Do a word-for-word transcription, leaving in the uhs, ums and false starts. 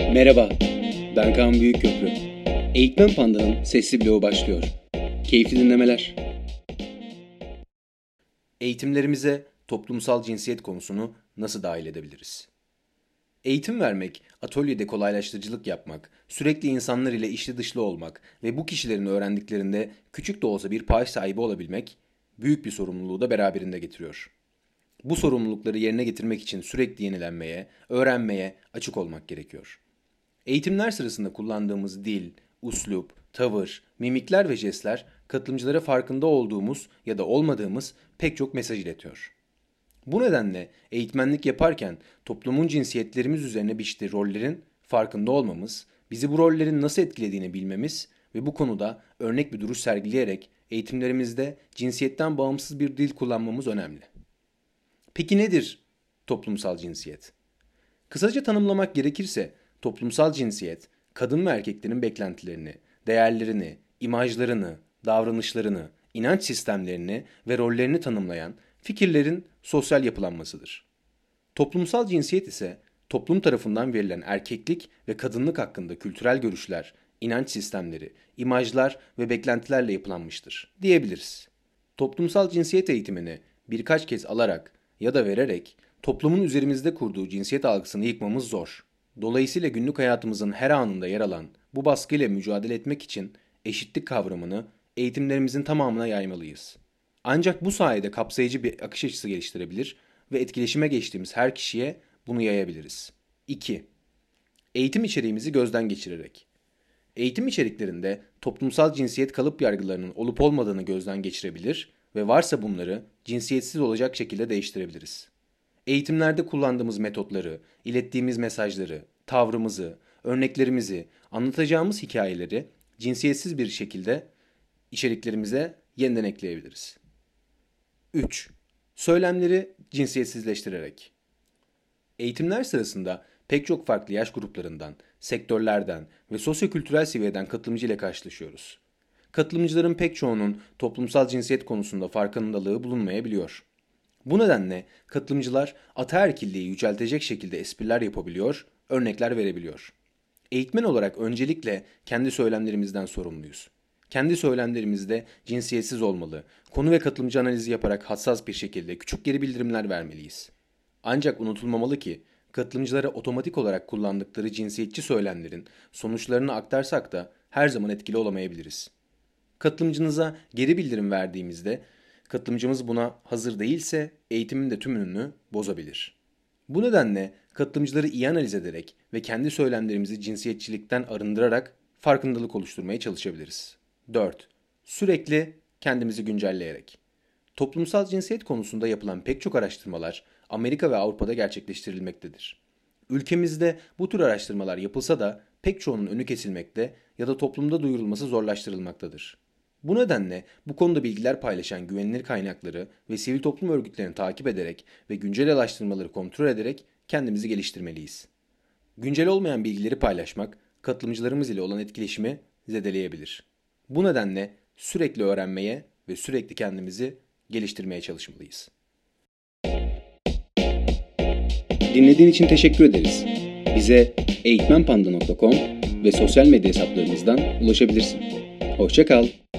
Merhaba, ben Kaan Büyükköprü. Eğitmen Panda'nın sesli bloğu başlıyor. Keyifli dinlemeler. Eğitimlerimize toplumsal cinsiyet konusunu nasıl dahil edebiliriz? Eğitim vermek, atölyede kolaylaştırıcılık yapmak, sürekli insanlar ile içli dışlı olmak ve bu kişilerin öğrendiklerinde küçük de olsa bir pay sahibi olabilmek, büyük bir sorumluluğu da beraberinde getiriyor. Bu sorumlulukları yerine getirmek için sürekli yenilenmeye, öğrenmeye açık olmak gerekiyor. Eğitimler sırasında kullandığımız dil, üslup, tavır, mimikler ve jestler katılımcılara farkında olduğumuz ya da olmadığımız pek çok mesaj iletiyor. Bu nedenle eğitmenlik yaparken toplumun cinsiyetlerimiz üzerine biçtiği rollerin farkında olmamız, bizi bu rollerin nasıl etkilediğini bilmemiz ve bu konuda örnek bir duruş sergileyerek eğitimlerimizde cinsiyetten bağımsız bir dil kullanmamız önemli. Peki nedir toplumsal cinsiyet? Kısaca tanımlamak gerekirse toplumsal cinsiyet, kadın ve erkeklerin beklentilerini, değerlerini, imajlarını, davranışlarını, inanç sistemlerini ve rollerini tanımlayan fikirlerin sosyal yapılanmasıdır. Toplumsal cinsiyet ise toplum tarafından verilen erkeklik ve kadınlık hakkında kültürel görüşler, inanç sistemleri, imajlar ve beklentilerle yapılanmıştır diyebiliriz. Toplumsal cinsiyet eğitimini birkaç kez alarak ya da vererek toplumun üzerimizde kurduğu cinsiyet algısını yıkmamız zor. Dolayısıyla günlük hayatımızın her anında yer alan bu baskıyla mücadele etmek için eşitlik kavramını eğitimlerimizin tamamına yaymalıyız. Ancak bu sayede kapsayıcı bir akış açısı geliştirebilir ve etkileşime geçtiğimiz her kişiye bunu yayabiliriz. iki. Eğitim içeriğimizi gözden geçirerek. Eğitim içeriklerinde toplumsal cinsiyet kalıp yargılarının olup olmadığını gözden geçirebilir ve varsa bunları cinsiyetsiz olacak şekilde değiştirebiliriz. Eğitimlerde kullandığımız metotları, ilettiğimiz mesajları, tavrımızı, örneklerimizi, anlatacağımız hikayeleri cinsiyetsiz bir şekilde içeriklerimize yeniden ekleyebiliriz. üç. Söylemleri cinsiyetsizleştirerek. Eğitimler sırasında pek çok farklı yaş gruplarından, sektörlerden ve sosyokültürel seviyeden katılımcı ile karşılaşıyoruz. Katılımcıların pek çoğunun toplumsal cinsiyet konusunda farkındalığı bulunmayabiliyor. Bu nedenle katılımcılar ataerkilliği yüceltecek şekilde espriler yapabiliyor, örnekler verebiliyor. Eğitmen olarak öncelikle kendi söylemlerimizden sorumluyuz. Kendi söylemlerimizde cinsiyetsiz olmalı, konu ve katılımcı analizi yaparak hassas bir şekilde küçük geri bildirimler vermeliyiz. Ancak unutulmamalı ki katılımcılara otomatik olarak kullandıkları cinsiyetçi söylemlerin sonuçlarını aktarsak da her zaman etkili olamayabiliriz. Katılımcınıza geri bildirim verdiğimizde katılımcımız buna hazır değilse eğitimin de tümünü bozabilir. Bu nedenle katılımcıları iyi analiz ederek ve kendi söylemlerimizi cinsiyetçilikten arındırarak farkındalık oluşturmaya çalışabiliriz. dört. Sürekli kendimizi güncelleyerek. Toplumsal cinsiyet konusunda yapılan pek çok araştırmalar Amerika ve Avrupa'da gerçekleştirilmektedir. Ülkemizde bu tür araştırmalar yapılsa da pek çoğunun önü kesilmekte ya da toplumda duyurulması zorlaştırılmaktadır. Bu nedenle bu konuda bilgiler paylaşan güvenilir kaynakları ve sivil toplum örgütlerini takip ederek ve güncel araştırmaları kontrol ederek kendimizi geliştirmeliyiz. Güncel olmayan bilgileri paylaşmak, katılımcılarımız ile olan etkileşimi zedeleyebilir. Bu nedenle sürekli öğrenmeye ve sürekli kendimizi geliştirmeye çalışmalıyız. Dinlediğin için teşekkür ederiz. Bize eğitmenpanda nokta com ve sosyal medya hesaplarımızdan ulaşabilirsin. Hoşça kal.